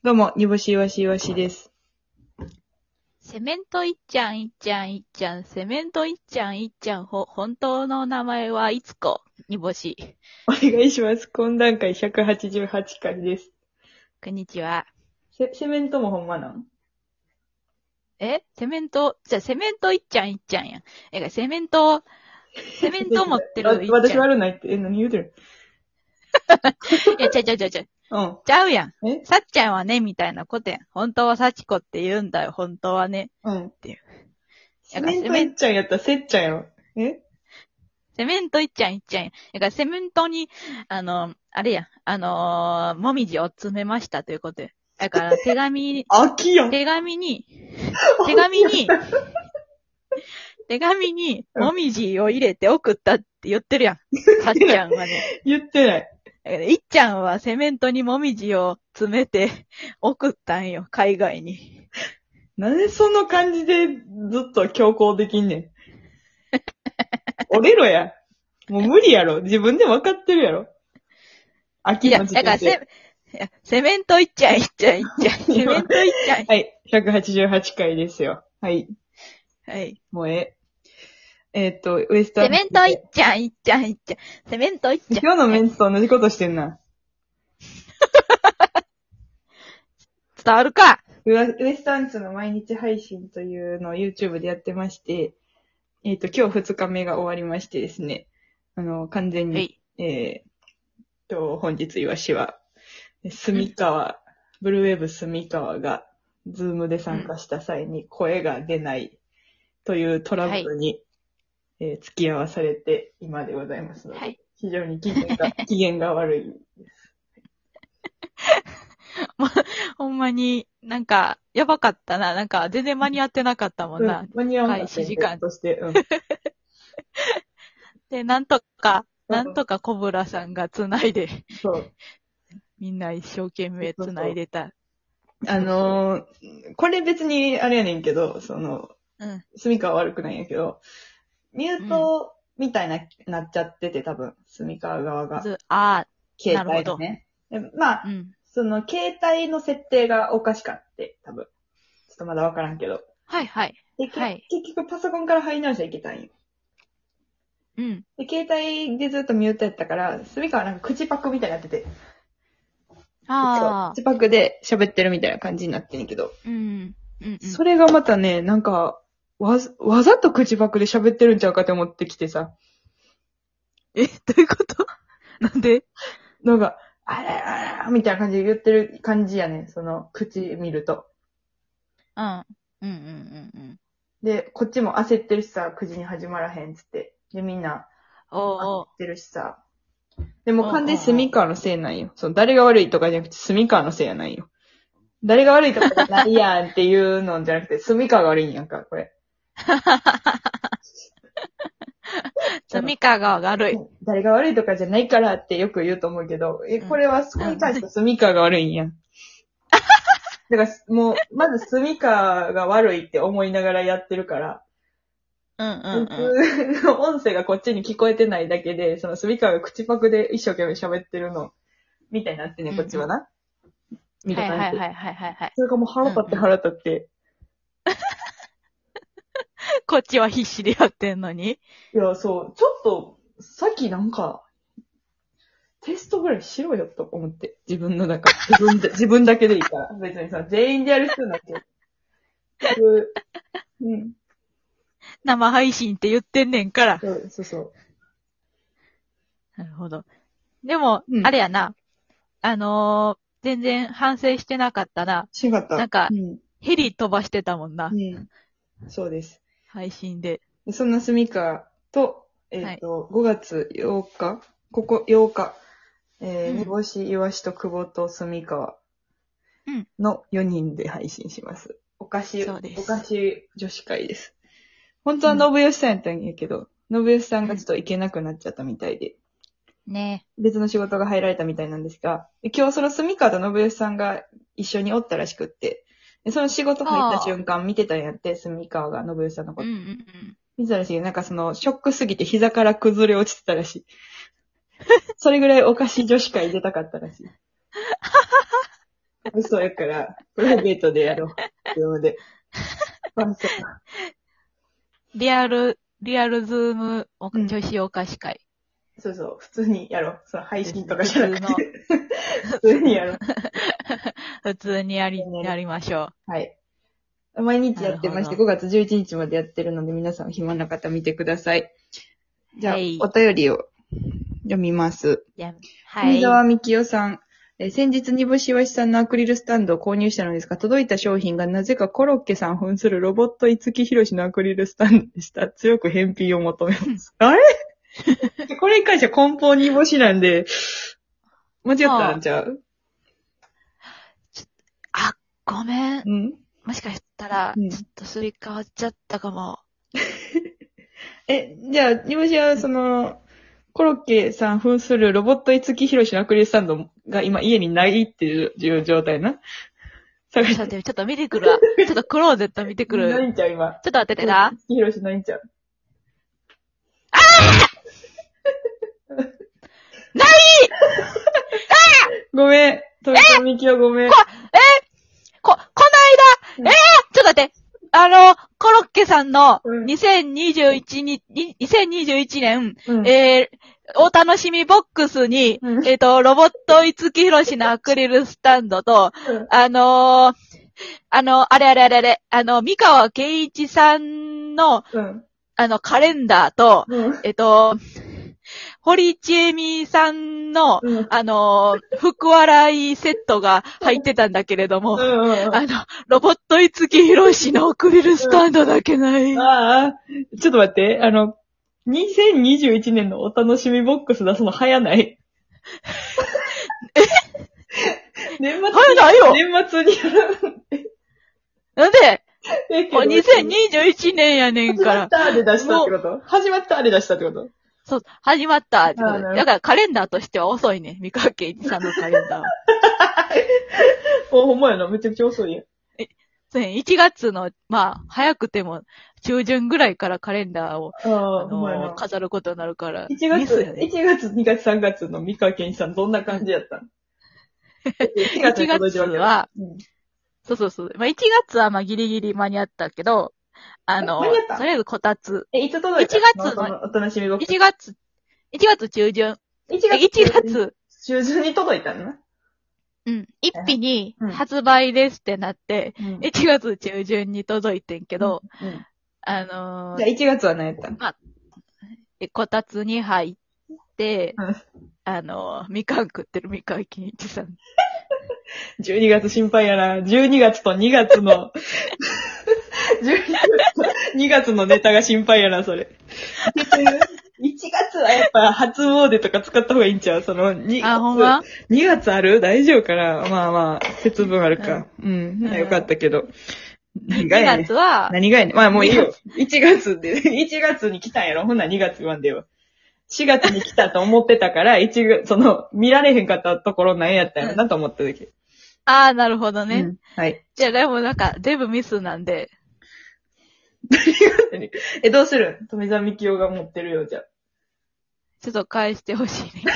どうも、煮干しいわしいわしです。 セメントいっちゃん、セメントいっちゃん、本当の名前はいつこ、煮干し。 お願いします。懇談会188回です。 こんにちは。 セメントもほんまなん？ セメントいっちゃんやん。セメント持ってるいっちゃん。 私悪ないって、何言うてる？ いや、ちゃうやん。 うん。 さっちゃんはね、みたいなことやん。本当はさちこって言うんだよ、本当はね。 うん。 っていう。 セメントいっちゃんやったらせっちゃんやろ。 セメントいっちゃんや。セメントに、あれや、もみじを詰めましたということで。だから手紙秋やん。 手紙に、もみじを入れて送ったって言ってるやん。さっちゃんはね。 言ってない。 いっちゃんはセメントにもみじを詰めて送ったんよ、海外に。 なんでその感じでずっと強行できんねん。折れろや。もう無理やろ。自分で分かってるやろ。秋の時点で。 だからセメントいっちゃん。セメントいっちゃん。 はい。188回ですよ。はい。 はい。 もうウエスタン。 セメントいっちゃん。セメントいっちゃん。 今日のメンツと同じことしてんな。 伝わるか。 ウエスタンツの毎日配信というのを YouTube でやってまして、今日2日目が終わりましてですね。完全に、本日イワシは、ブルーウェーブ住川が、ズームで参加した際に声が出ないというトラブルに、付き合わされて今でございますので、はい、非常に機嫌が悪いです。 ほんまになんか、やばかったな。なんか、全然間に合ってなかったもんな。 間に合わなかった。開始時間として。 で、なんとかコブラさんが繋いで。そう。みんな一生懸命繋いでた。 これ別にあれやねんけど、住川悪くないんやけど、ミュートみたいなっちゃってて、多分、住川側が。携帯のね。まあ、携帯の設定がおかしかって、多分。ちょっとまだわからんけど。 はい。 で、結局パソコンから入り直しちゃいけたんよ。うん。で、携帯でずっとミュートやったから、住川なんか口パクみたいになってて。口パクで喋ってるみたいな感じになってんけど。それがまたね、なんか、わざと口パクで喋ってるんちゃうかって思ってきてさ。 どういうことなんでなんか、あらみたいな感じで言ってる感じやね。口見ると。で、こっちも焦ってるしさ、9時に始まらへんっつって。で、みんな、焦ってるしさ。でも完全に住川のせいなんよ。誰が悪いとかじゃなくて住川のせいやないよ。誰が悪いとかじゃないやんっていうのじゃなくて、住川が悪いんやんか、これ。 住川が悪い。 誰が悪いとかじゃないからってよく言うと思うけど、これはそこに関して住川が悪いんやん。だからもう、まず住川が悪いって思いながらやってるから、音声がこっちに聞こえてないだけで、住川が口パクで一生懸命喋ってるの、みたいになってね、こっちはな。みたいな感じで。それがもう腹立って。 こっちは必死でやってんのに。 いや、そう、ちょっと、さっきなんか、テストぐらいしろよと思って。自分の中。自分だけでいいから。別にさ、全員でやる人になっちゃう。 生配信って言ってんねんから。 そう。 なるほど。でも、あれやな。全然反省してなかったな。 しなかった。 なんか、ヘリ飛ばしてたもんな。そうです。配信で。 そんな住川と、5月8日、ここ8日、煮干し、イワシと久保と住川の4人で配信します。お菓子女子会です。本当は信義さんやったんやけど、信義さんがちょっと行けなくなっちゃったみたいで。ね。別の仕事が入られたみたいなんですが、今日その住川と信義さんが一緒におったらしくって、その仕事入った瞬間見てたんやって、住川が信義さんのこと。見てたらしい。なんかショックすぎて膝から崩れ落ちてたらしい。それぐらいお菓子女子会出たかったらしい。 嘘やから、プライベートでやろう。ズームで。 リアルズーム女子お菓子会。 そうそう、普通にやろう。その配信とかじゃなくて。普通にやろう。 普通にやりましょう。はい。毎日やってまして、5月11日までやってるので、皆さん暇な方見てください。じゃあ、お便りを読みます。はい。富澤美希夫さん。先日、煮干しわしさんのアクリルスタンドを購入したのですが、届いた商品がなぜかコロッケさん扮するロボット五木ひろしのアクリルスタンドでした。強く返品を求めます。あれこれに関しては梱包煮干しなんで、間違ったんちゃう？ ごめん。うん。もしかしたら、ちょっとすり替わっちゃったかも。 じゃあ、煮干しはコロッケさん扮するロボット五木ひろしのアクリルスタンドが今家にないっていう状態な。 ちょっと見てくるわ。ちょっとクローゼット見てくる。 ないんちゃう今。 ちょっと待っててな。 五木ひろしないんちゃう。 あないごめん。富澤美希はごめん。 この間、ちょっと待って。コロッケさんの2021年、お楽しみボックスに、ロボット五木ひろしのアクリルスタンドと、あれ、三河健一さんの、カレンダーと、堀ちえみさんの、福笑いセットが入ってたんだけれども、ロボット五木ひろしのアクリルスタンドだけない。 ああ、ちょっと待って、2021年のお楽しみボックス出すの早ない？年末早ないよ！ 年末にやる。 なんで2021年やねんから。 始まったで出したってこと始まったで出したってことそう、始まったってこと。だからカレンダーとしては遅いね。三河健一さんのカレンダーは。 ほんまやな。めちゃくちゃ遅いや。 そうね。1月の、早くても中旬ぐらいからカレンダーを、飾ることになるから。 1月、2月、3月の三河健一さんどんな感じやったん？ 1 月は、そう。1月はギリギリ間に合ったけど、とりあえずこたつ。 いつ届いたの ?1 月の、 お楽しみボックス。 1月中旬。1月中旬に届いたんな。 一日に発売ですってなって、1月中旬に届いてんけど、じゃあ1月は何やったの？ こたつに入って、みかん食ってる三河健一さん。 12月心配やな。12月と2月の、2月のネタが心配やな、それ。1月はやっぱ初詣とか使った方がいいんちゃうほんま ?2 月ある大丈夫かなまあ、節分あるか。よかったけど。 2月は、 何がやねん。もういいよ。1月に来たんやろほんなら2月言わんでよ。4月に来たと思ってたから、見られへんかったところ何やったんやろなと思っただけ。 なるほどね。 はい。 じゃあでも全部ミスなんで。 どうする富澤美希夫が持ってるよ、じゃあ。 ちょっと返してほしいね。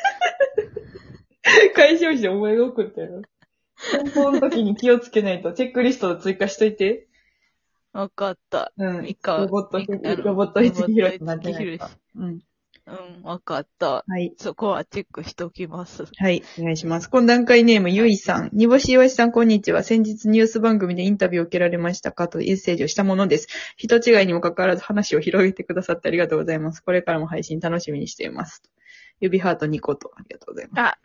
返してほしい、お前が送ったよ。梱包の時に気をつけないと、チェックリストを追加しといて。 わかった。 ロボット五木ひろしになってないか。 わかった。 はい。 そこはチェックしときます。 はい、お願いします。今段階ネーム、ゆいさん。煮干しいわしさん、こんにちは。先日ニュース番組でインタビューを受けられましたかとメッセージをしたものです。人違いにもかかわらず話を広げてくださってありがとうございます。これからも配信楽しみにしています。指ハート2個とありがとうございます。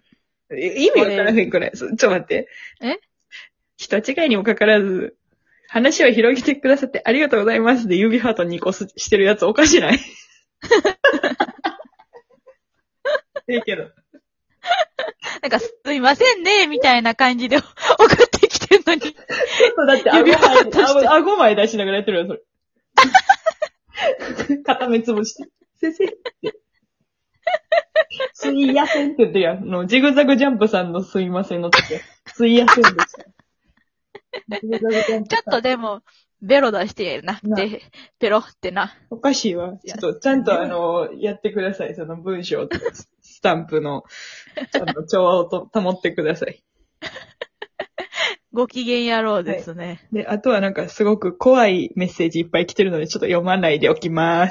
意味わからへんくらい。ちょっと待って。人違いにもかかわらず、話を広げてくださってありがとうございますで指ハート2個してるやつおかしないいいけど。 すいませんね、みたいな感じで送ってきてんのに。ちょっとだって顎前出しながらやってるよ、それ。片目つぶして。先生って。すいやせんって言ってるやん。ジグザグジャンプさんのすいませんの時。すいやせんでした。 ちょっとでも、ベロ出してるな。で、ペロってな。 おかしいわ。ちょっと、ちゃんとやってください。その文章とスタンプの、ちゃんと調和を保ってください。 ご機嫌野郎ですね。 はい。で、あとはなんかすごく怖いメッセージいっぱい来てるので、ちょっと読まないでおきます。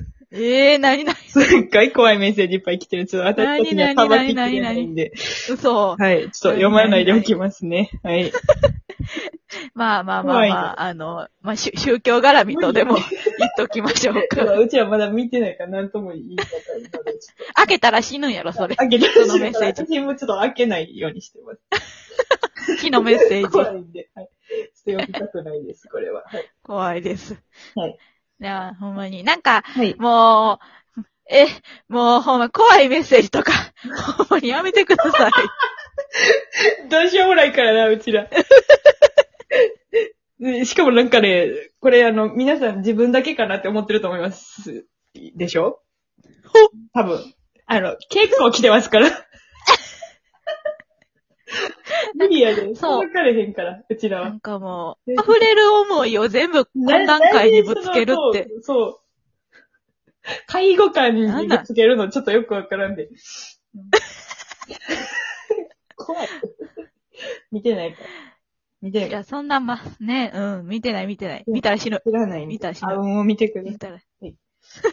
なにすっごい怖いメッセージいっぱい来てる。ちょっと私たちにはさばききれないんで。 嘘。 はい。ちょっと読まないでおきますね。はい。 まあ、宗教絡みとでも言っときましょうか。 うちはまだ見てないから何とも言い方ないので、ちょっと。 開けたら死ぬんやろ、それ。 開けたら死ぬ。 そのメッセージ。 私もちょっと開けないようにしてます。 火のメッセージ。 怖いんで、はい。ちょっと読みたくないです、これは。はい。 怖いです。 はい。 いや、ほんまに。なんか、 はい、 もうほんま怖いメッセージとか、ほんまにやめてください。 どうしようもないからな、うちら。しかもなんかね、これ皆さん自分だけかなって思ってると思います。でしょ？多分。結構来てますから。無理やで。そう。分かれへんから、うちらは。 なんかもう、溢れる思いを全部懇談会にぶつけるって。 そう。介護官にぶつけるのちょっとよくわからんで。怖い。見てないから。見てない。 いや、そんなね、見てない。見たら死ぬ。 知らない。 見たら死ぬ。 もう見てくれ。見たら。はい、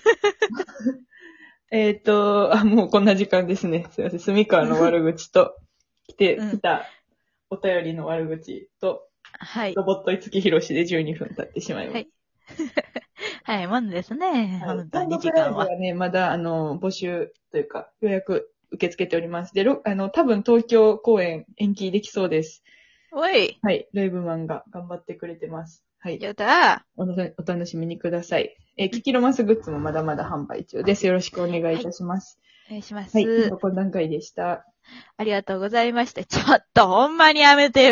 もうこんな時間ですね。すいません。住川の悪口と、来たお便りの悪口と、 はい。 ロボット五木ひろしで12分経ってしまいました。はい。 はい、もんですね。 はい、本当に時間は。ね、まだ、募集というか、予約受け付けております。で、多分東京公演延期できそうです。 おい。 はい、ライブマンが頑張ってくれてます。はい。 やったー。お楽しみにください。キキロマスグッズもまだまだ販売中です。よろしくお願いいたします。 はい、お願いします。 はい、この段階でした。 ありがとうございました。ちょっとほんまにやめてよ。